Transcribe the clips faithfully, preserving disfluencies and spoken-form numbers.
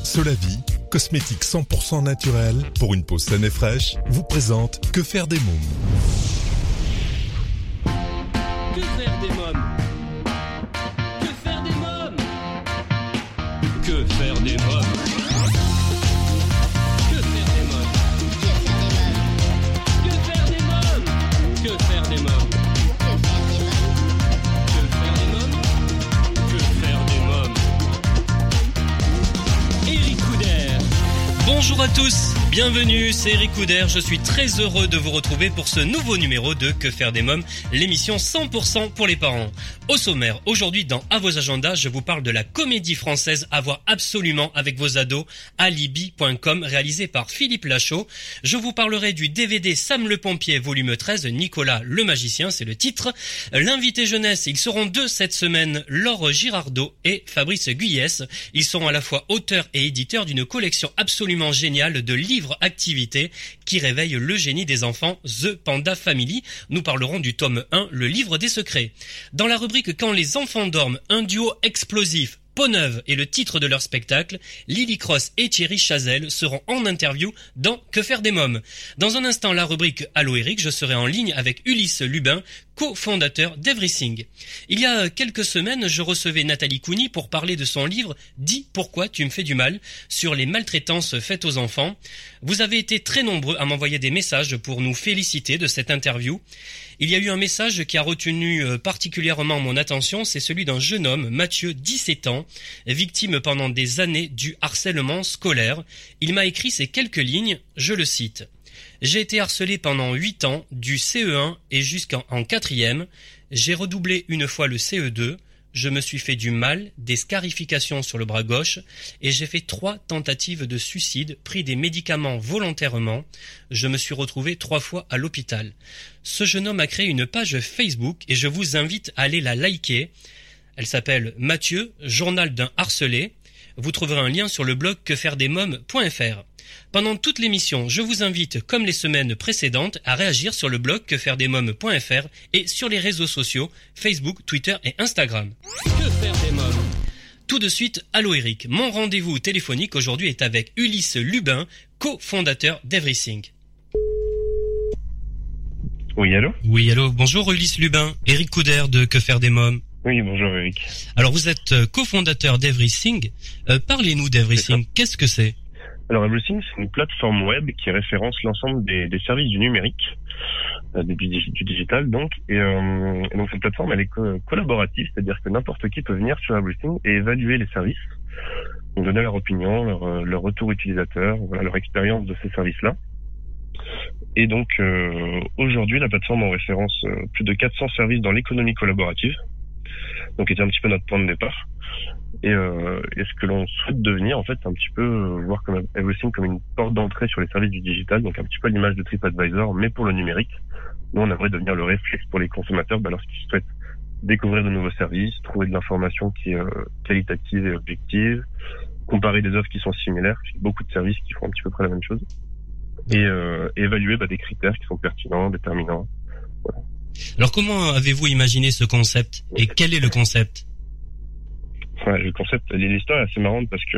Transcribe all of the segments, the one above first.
Solavi, cosmétique cent pour cent naturel pour une peau saine et fraîche, vous présente Que faire des mômes. Que faire des mômes? Que faire des mômes? Que faire des mômes? Que faire des mômes? Que faire des mômes? Que faire des mômes? Que faire des mômes? Que faire des mômes? Eric Couder. Bonjour à tous, bienvenue, c'est Eric Couder, je suis très heureux de vous retrouver pour ce nouveau numéro de Que faire des mômes, l'émission cent pour cent pour les parents. Au sommaire, aujourd'hui dans À vos agendas, je vous parle de la comédie française à voir absolument avec vos ados, alibi point com, réalisé par Philippe Lachaud. Je vous parlerai du D V D Sam le Pompier, volume treize, Nicolas le Magicien, c'est le titre. L'invité jeunesse, ils seront deux cette semaine, Laure Girardot et Fabrice Guyès. Ils sont à la fois auteurs et éditeurs d'une collection absolument géniale de livres activités qui réveillent le génie des enfants, The Panda Family. Nous parlerons du tome un, le livre des secrets. Dans la rubrique Quand les enfants dorment, un duo explosif, Peau neuve et le titre de leur spectacle, Lily Cross et Thierry Chazelle seront en interview dans Que faire des mômes. Dans un instant, la rubrique Allô Eric, je serai en ligne avec Ulysse Lubin, cofondateur d'Everything. Il y a quelques semaines, je recevais Nathalie Cougny pour parler de son livre « Dis pourquoi tu me fais du mal » sur les maltraitances faites aux enfants. Vous avez été très nombreux à m'envoyer des messages pour nous féliciter de cette interview. Il y a eu un message qui a retenu particulièrement mon attention, c'est celui d'un jeune homme, Mathieu, dix-sept ans, victime pendant des années du harcèlement scolaire. Il m'a écrit ces quelques lignes, je le cite. « J'ai été harcelé pendant huit ans, du C E un et jusqu'en en quatrième. J'ai redoublé une fois le C E deux. Je me suis fait du mal, des scarifications sur le bras gauche et j'ai fait trois tentatives de suicide, pris des médicaments volontairement. Je me suis retrouvé trois fois à l'hôpital. Ce jeune homme a créé une page Facebook et je vous invite à aller la liker. Elle s'appelle Mathieu, journal d'un harcelé. Vous trouverez un lien sur le blog que faire des mômes point f r. Pendant toute l'émission, je vous invite, comme les semaines précédentes, à réagir sur le blog que faire des mômes point f r et sur les réseaux sociaux, Facebook, Twitter et Instagram. Que faire des mômes? Tout de suite, allô Eric. Mon rendez-vous téléphonique aujourd'hui est avec Ulysse Lubin, cofondateur d'Everything. Oui, allô? Oui, allô. Bonjour Ulysse Lubin, Eric Couder de Que faire des mômes. Oui, bonjour Eric. Alors vous êtes cofondateur d'Everything. Euh, parlez-nous d'Everything. Qu'est-ce que c'est? Alors Everything, c'est une plateforme web qui référence l'ensemble des, des services du numérique, euh, du, du digital donc. Et, euh, et donc cette plateforme, elle est co- collaborative, c'est-à-dire que n'importe qui peut venir sur Everything et évaluer les services, donc donner leur opinion, leur, leur retour utilisateur, voilà, leur expérience de ces services-là. Et donc euh, aujourd'hui, la plateforme en référence euh, plus de quatre cents services dans l'économie collaborative, donc c'était un petit peu notre point de départ. Et, euh, et ce que l'on souhaite devenir, en fait, c'est un petit peu euh, voir comme Everything comme une porte d'entrée sur les services du digital, donc un petit peu à l'image de TripAdvisor, mais pour le numérique. Nous, on aimerait devenir le réflexe pour les consommateurs bah, lorsqu'ils souhaitent découvrir de nouveaux services, trouver de l'information qui est euh, qualitative et objective, comparer des offres qui sont similaires, parce qu'il y a beaucoup de services qui font un petit peu près la même chose, et, euh, et évaluer bah, des critères qui sont pertinents, déterminants. Voilà. Alors comment avez-vous imaginé ce concept et quel est le concept? Ouais, le concept, l'histoire est assez marrante parce que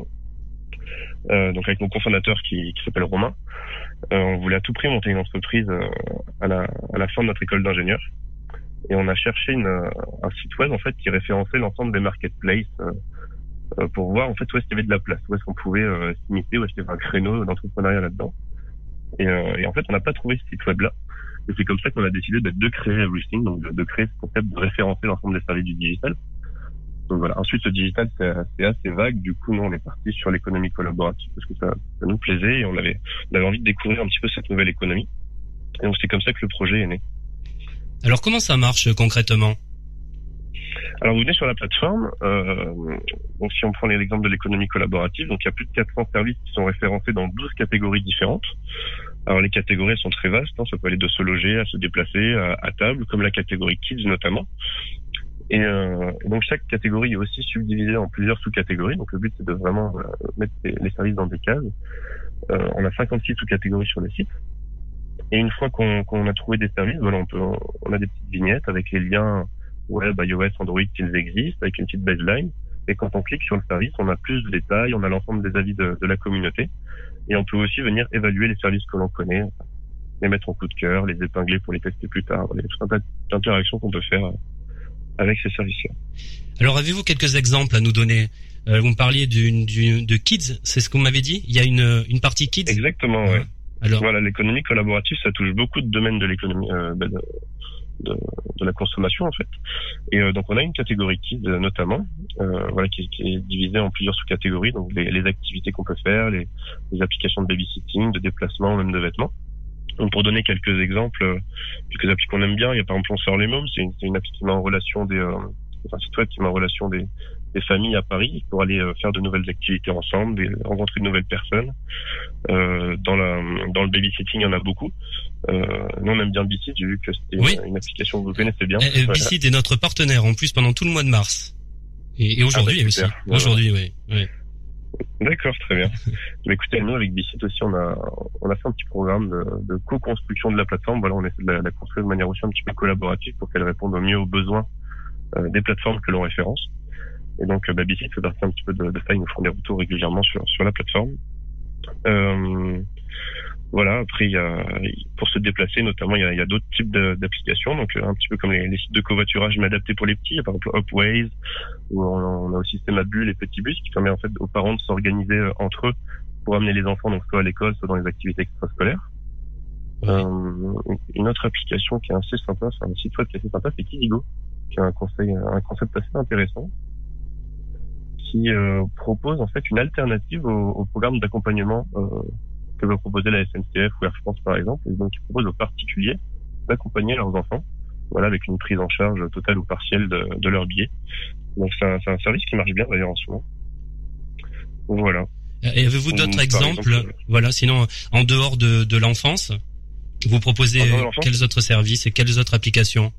euh, donc avec mon cofondateur qui, qui s'appelle Romain, euh, on voulait à tout prix monter une entreprise euh, à la à la fin de notre école d'ingénieur et on a cherché une, un site web en fait qui référençait l'ensemble des marketplaces euh, euh, pour voir en fait où est-ce qu'il y avait de la place, où est-ce qu'on pouvait euh, s'imiter, où est-ce qu'il y avait un créneau d'entrepreneuriat là-dedans. Et, euh, et en fait, on n'a pas trouvé ce site web-là. Et c'est comme ça qu'on a décidé de, de créer Everything, donc de, de créer ce concept de référencer l'ensemble des services du digital. Donc voilà. Ensuite, le digital, c'est, c'est assez vague. Du coup, nous, on est parti sur l'économie collaborative parce que ça, ça nous plaisait et on avait, on avait envie de découvrir un petit peu cette nouvelle économie. Et donc, c'est comme ça que le projet est né. Alors, comment ça marche concrètement? Alors, vous venez sur la plateforme. Euh, donc, si on prend l'exemple de l'économie collaborative, donc il y a plus de quatre cents services qui sont référencés dans douze catégories différentes. Alors, les catégories sont très vastes. Hein, ça peut aller de se loger à se déplacer à, à table, comme la catégorie kids notamment. Et, euh, et donc chaque catégorie est aussi subdivisée en plusieurs sous-catégories. Donc le but c'est de vraiment euh, mettre les, les services dans des cases. Euh, on a cinquante-six sous-catégories sur le site. Et une fois qu'on, qu'on a trouvé des services, voilà, on peut, on a des petites vignettes avec les liens web, iOS, Android s'ils existent, avec une petite baseline. Et quand on clique sur le service, on a plus de détails, on a l'ensemble des avis de, de la communauté. Et on peut aussi venir évaluer les services que l'on connaît, les mettre en coup de cœur, les épingler pour les tester plus tard. Il y a tout un tas d'interactions qu'on peut faire avec ces services-là. Alors, avez-vous quelques exemples à nous donner ? euh, Vous me parliez d'une, d'une, de Kids, c'est ce que vous m'avez dit ? Il y a une, une partie Kids ? Exactement, oui. Alors... Voilà, l'économie collaborative, ça touche beaucoup de domaines de l'économie, euh, de, de, de la consommation en fait. Et euh, donc on a une catégorie Kids notamment, euh, voilà, qui, qui est divisée en plusieurs sous-catégories, donc les, les activités qu'on peut faire, les, les applications de babysitting, de déplacement, même de vêtements. Donc pour donner quelques exemples, quelques applis qu'on aime bien, il y a par exemple On sort les mômes, c'est une, c'est une appli qui met en relation des, euh, enfin, site web qui met en relation des, des familles à Paris pour aller euh, faire de nouvelles activités ensemble, des, rencontrer de nouvelles personnes. Euh, dans la, dans le babysitting, il y en a beaucoup. Euh, nous, on aime bien Bicid, j'ai vu que c'était oui. une, une application que vous connaissez bien. Euh, voilà. Bicid est notre partenaire en plus pendant tout le mois de mars. Et, et aujourd'hui ah bah, aussi. Voilà. Aujourd'hui, oui. oui. D'accord, très bien. Mais écoutez, nous avec Bicid aussi, on a on a fait un petit programme de, de co-construction de la plateforme. Voilà, on essaie de la, la construire de manière aussi un petit peu collaborative pour qu'elle réponde au mieux aux besoins euh, des plateformes que l'on référence. Et donc, euh, bah, Bicid fait partie un petit peu de, de ça. Ils nous font des retours régulièrement sur sur la plateforme. Euh, voilà. Après, il y a pour se déplacer, notamment, il y a, il y a d'autres types de, d'applications. Donc, un petit peu comme les, les sites de covoiturage, mais adaptés pour les petits. Il y a par exemple Upways, où on, on a aussi Semabu, les petits bus, qui permet en fait aux parents de s'organiser entre eux pour amener les enfants, donc soit à l'école, soit dans les activités extrascolaires. Oui. Euh, une autre application qui est assez sympa, c'est un site web qui est assez sympa, c'est Kidigo, qui a un conseil, un concept assez intéressant, qui euh, propose en fait une alternative au, au programme d'accompagnement euh, que veut proposer la S N C F ou Air France par exemple, et donc qui propose aux particuliers d'accompagner leurs enfants, voilà, avec une prise en charge totale ou partielle de, de leur billet. Donc c'est un, c'est un service qui marche bien d'ailleurs en ce moment. Voilà. Et avez-vous d'autres Par exemples, exemple, voilà, sinon en dehors de, de l'enfance, vous proposez quels autres services et quelles autres applications?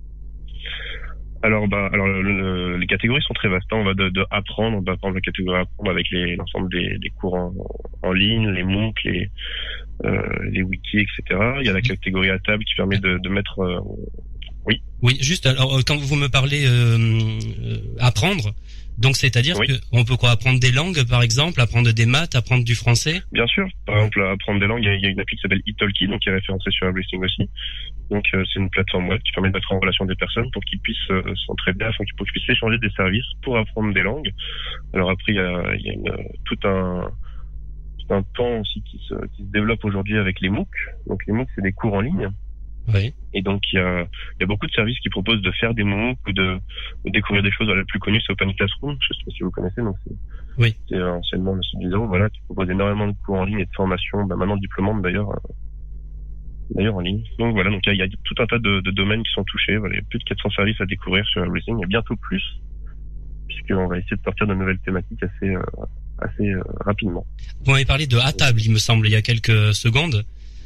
Alors, bah, alors le, le, les catégories sont très vastes. On va de, de apprendre, on va prendre la catégorie apprendre avec les, l'ensemble des, des cours en, en ligne, les MOOC, les, euh, les wikis, et cetera. Il y a la catégorie à table qui permet de, de mettre, euh, oui. Oui, juste, alors, quand vous me parlez euh, euh, apprendre, donc c'est-à-dire oui. qu'on peut quoi, apprendre des langues, par exemple, apprendre des maths, apprendre du français? Bien sûr. Par exemple, apprendre des langues, il y a, il y a une appli qui s'appelle Italki, donc qui est référencée sur Everything aussi. Donc, euh, c'est une plateforme web qui permet de mettre en relation des personnes pour qu'ils puissent euh, s'entraider, afin qu'ils puissent échanger des services pour apprendre des langues. Alors après, il y a, il y a une, tout un, tout un temps aussi qui se, qui se développe aujourd'hui avec les MOOC. Donc, les MOOC, c'est des cours en ligne. Oui. Et donc il y a, il y a beaucoup de services qui proposent de faire des MOOC ou de, de découvrir des choses. La plus connue, c'est Open Classroom. Je sais pas si vous connaissez. Donc c'est, oui. c'est euh, anciennement le site du zéro, voilà, qui propose énormément de cours en ligne et de formations, bah, maintenant diplômantes d'ailleurs, euh, d'ailleurs en ligne. Donc voilà, donc il y a, il y a tout un tas de, de domaines qui sont touchés. Voilà, il y a plus de quatre cents services à découvrir sur Everything. Il y a bientôt plus, puisqu'on va essayer de sortir de nouvelles thématiques assez, euh, assez euh, rapidement. Vous m'avez parlé de à table, il me semble, il y a quelques secondes.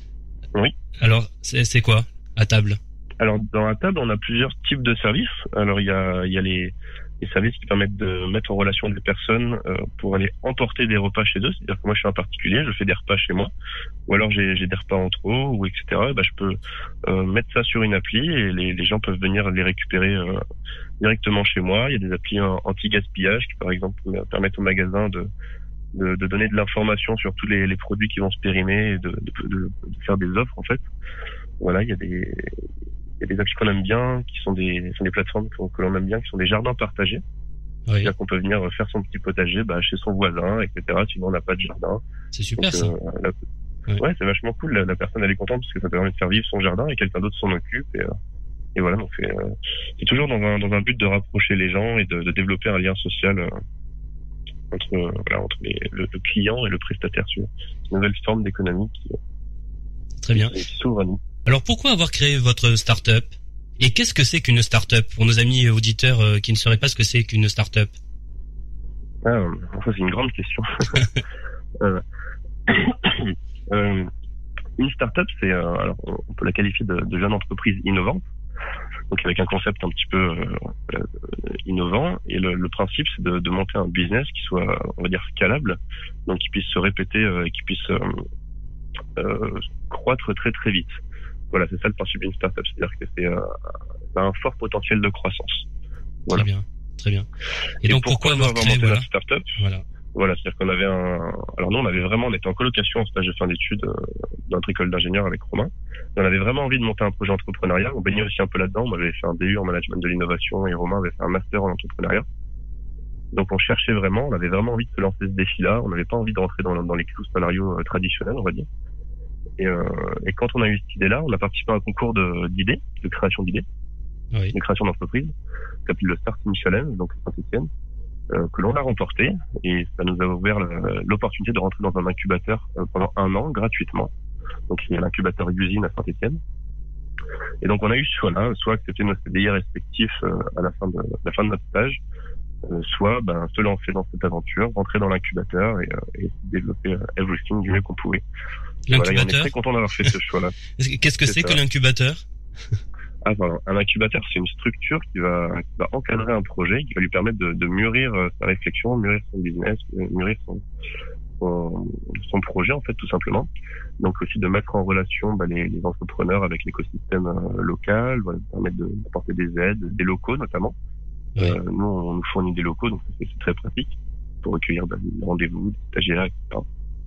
Oui. Alors, c'est, c'est quoi, à table? Alors, dans la table, on a plusieurs types de services. Alors, il y a, il y a les, les services qui permettent de mettre en relation des personnes euh, pour aller emporter des repas chez eux. C'est-à-dire que moi, je suis un particulier, je fais des repas chez moi, ou alors j'ai, j'ai des repas entre eux, ou et cetera. Et ben, je peux euh, mettre ça sur une appli et les, les gens peuvent venir les récupérer euh, directement chez moi. Il y a des applis anti-gaspillage qui, par exemple, permettent au magasin de De, de donner de l'information sur tous les, les produits qui vont se périmer et de, de, de, de faire des offres en fait. Voilà, il y a des, il y a des applis qu'on aime bien, qui sont des, sont des plateformes que, que l'on aime bien, qui sont des jardins partagés. Oui. C'est-à-dire qu'on peut venir faire son petit potager bah, chez son voisin, et cetera. Sinon on n'a pas de jardin. C'est super. Donc, ça. Euh, la, oui. Ouais, c'est vachement cool. La, la personne elle est contente parce que ça permet de faire vivre son jardin et quelqu'un d'autre s'en occupe. Et, euh, et voilà, donc c'est, euh, c'est toujours dans un, dans un but de rapprocher les gens et de, de développer un lien social. Euh, entre, voilà, entre les, le, le client et le prestataire sur une nouvelle forme d'économie qui, Très bien. qui s'ouvre à nous. Alors pourquoi avoir créé votre start-up? Et qu'est-ce que c'est qu'une start-up pour nos amis auditeurs euh, qui ne sauraient pas ce que c'est qu'une start-up? Ah, ça c'est une grande question. euh, euh, une start-up, c'est euh, alors on peut la qualifier de, de jeune entreprise innovante. Donc avec un concept un petit peu euh, innovant, et le, le principe c'est de, de monter un business qui soit, on va dire, scalable, donc qui puisse se répéter euh, et qui puisse euh, euh, croître très très vite. Voilà, c'est ça le principe d'une startup, c'est-à-dire que c'est euh, ça a un fort potentiel de croissance. Voilà. Très bien, Très bien. Et, Et donc pourquoi, pourquoi avoir avoir créé monté voilà. la start-up? Voilà. Voilà, c'est-à-dire qu'on avait un, alors nous on avait vraiment, on était en colocation en stage de fin d'études euh, dans notre école d'ingénieur avec Romain. Et on avait vraiment envie de monter un projet entrepreneurial. On baignait aussi un peu là-dedans. On avait fait un D U en management de l'innovation et Romain avait fait un master en entrepreneuriat. Donc on cherchait vraiment, on avait vraiment envie de se lancer ce défi-là. On n'avait pas envie de rentrer dans, dans les clous salariaux euh, traditionnels, on va dire. Et, euh, et quand on a eu cette idée-là, on a participé à un concours de, d'idées, de création d'idées, Oui. de création d'entreprise, qui s'appelle le Starting Challenge, donc Saint-Etienne. Euh, que l'on a remporté et ça nous a ouvert le, l'opportunité de rentrer dans un incubateur euh, pendant un an gratuitement. Donc il y a l'incubateur Usine à Saint-Etienne. Et donc on a eu ce choix-là, soit accepter nos C D I respectifs euh, à la fin de la fin de notre stage, euh, soit ben, se lancer dans cette aventure, rentrer dans l'incubateur et, euh, et développer euh, Everything du mieux qu'on pouvait. Voilà, et on est L'incubateur. très content d'avoir fait ce choix-là. Qu'est-ce que C'est c'est ça. que l'incubateur? Ah, pardon. Un incubateur, c'est une structure qui va, qui va encadrer un projet, qui va lui permettre de, de mûrir euh, sa réflexion, mûrir son business, euh, mûrir son, son, son projet, en fait, tout simplement. Donc aussi de mettre en relation bah, les, les entrepreneurs avec l'écosystème euh, local, voilà, de permettre de- d'apporter des aides, des locaux notamment. Oui. Euh, nous, on nous fournit des locaux, donc c'est, c'est très pratique pour recueillir bah, des rendez-vous, des stagiaires, et cetera.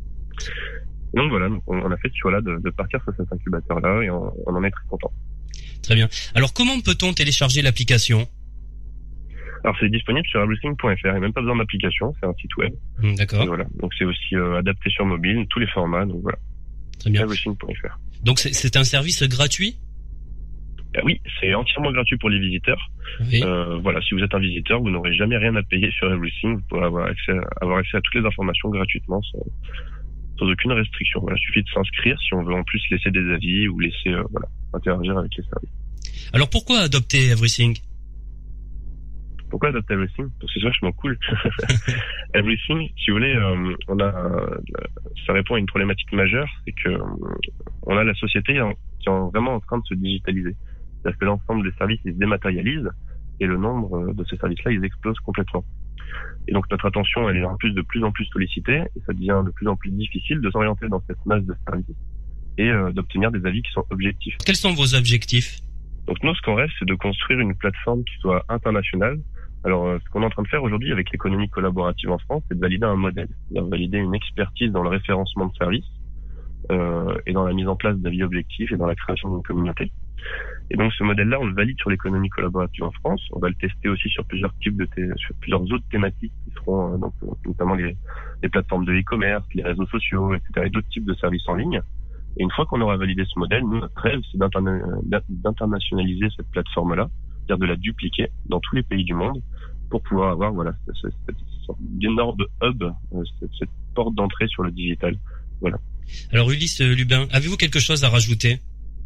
Donc voilà, donc on, on a fait ce choix-là de, de partir sur cet incubateur-là et on, on en est très content. Très bien. Alors comment peut-on télécharger l'application? Alors c'est disponible sur everything point f r, il n'y a même pas besoin d'application, c'est un site web. Hmm, Et D'accord. voilà, donc c'est aussi euh, adapté sur mobile, tous les formats, donc voilà, Très bien. everything point f r. Donc c'est, c'est un service gratuit? Euh, oui, c'est entièrement gratuit pour les visiteurs. Oui. Euh, voilà, si vous êtes un visiteur, vous n'aurez jamais rien à payer sur Everything, vous pourrez avoir accès, avoir accès à toutes les informations gratuitement sans, sans aucune restriction. Voilà, il suffit de s'inscrire si on veut en plus laisser des avis ou laisser euh, voilà, interagir avec les services. Alors pourquoi adopter Everything? Pourquoi adopter Everything? Parce que c'est vachement cool. Everything, si vous voulez, euh, on a, euh, ça répond à une problématique majeure, c'est que euh, on a la société en- qui est vraiment en train de se digitaliser. C'est-à-dire que l'ensemble des services ils se dématérialisent et le nombre euh, de ces services-là ils explosent complètement. Et donc notre attention elle est en plus de plus en plus sollicitée et ça devient de plus en plus difficile de s'orienter dans cette masse de services et euh, d'obtenir des avis qui sont objectifs. Quels sont vos objectifs? Donc nous, ce qu'on rêve, c'est de construire une plateforme qui soit internationale. Alors, euh, ce qu'on est en train de faire aujourd'hui avec l'économie collaborative en France, c'est de valider un modèle, c'est-à-dire valider une expertise dans le référencement de services euh, et dans la mise en place d'avis objectifs et dans la création d'une communauté. Et donc, ce modèle-là, on le valide sur l'économie collaborative en France. On va le tester aussi sur plusieurs types de thé- sur plusieurs autres thématiques qui seront euh, donc euh, notamment les, les plateformes de e-commerce, les réseaux sociaux, et cetera, et d'autres types de services en ligne. Et une fois qu'on aura validé ce modèle, nous, notre rêve, c'est d'interna- d'internationaliser cette plateforme-là, c'est-à-dire de la dupliquer dans tous les pays du monde pour pouvoir avoir voilà cette, cette sorte d'énorme hub, euh, cette, cette porte d'entrée sur le digital. Voilà. Alors Ulysse Lubin, avez-vous quelque chose à rajouter?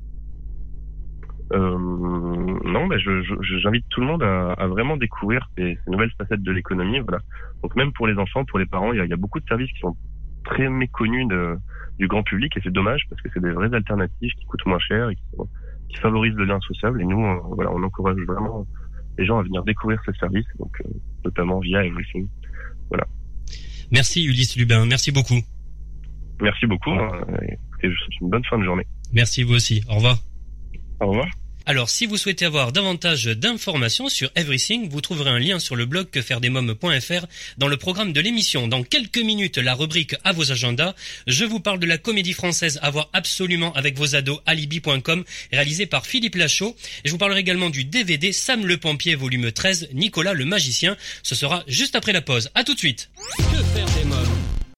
Euh, non, ben je, je, j'invite tout le monde à, à vraiment découvrir ces, ces nouvelles facettes de l'économie. Voilà. Donc même pour les enfants, pour les parents, il y a, il y a beaucoup de services qui sont très méconnus de, du grand public et c'est dommage parce que c'est des vraies alternatives qui coûtent moins cher et qui, sont, qui favorisent le lien sociable. Et nous, on, voilà, on encourage vraiment les gens à venir découvrir ces services, donc euh, notamment via Everything. Voilà. Merci Ulysse Lubin, merci beaucoup. Merci beaucoup hein, et je vous souhaite une bonne fin de journée. Merci vous aussi, au revoir. Au revoir. Alors, si vous souhaitez avoir davantage d'informations sur Everything, vous trouverez un lien sur le blog quefairedesmoms point f r dans le programme de l'émission. Dans quelques minutes, la rubrique à vos agendas. Je vous parle de la comédie française à voir absolument avec vos ados, alibi point com, réalisée par Philippe Lachaud. Et je vous parlerai également du D V D Sam le Pompier, volume treize, Nicolas le Magicien. Ce sera juste après la pause. À tout de suite. Que faire des mômes?